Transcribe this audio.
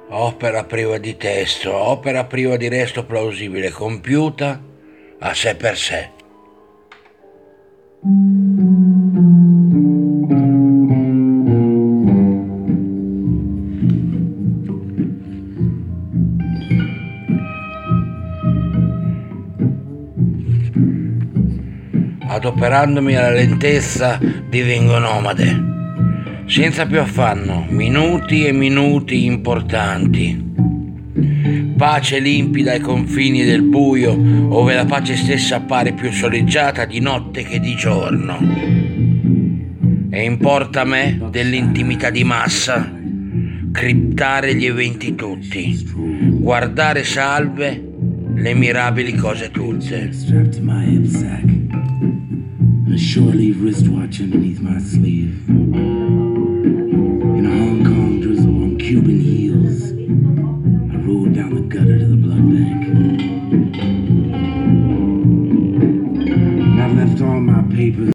Opera priva di testo, opera priva di resto plausibile, compiuta a sé per sé. Adoperandomi alla lentezza divengo nomade, senza più affanno, minuti e minuti importanti. Pace limpida ai confini del buio, ove la pace stessa appare più soleggiata di notte che di giorno. E importa a me dell'intimità di massa criptare gli eventi tutti, guardare salve le mirabili cose tutte. A shore-leave wristwatch underneath my sleeve. In a Hong Kong drizzle on Cuban heels, I rode down the gutter to the blood bank. And I left all my papers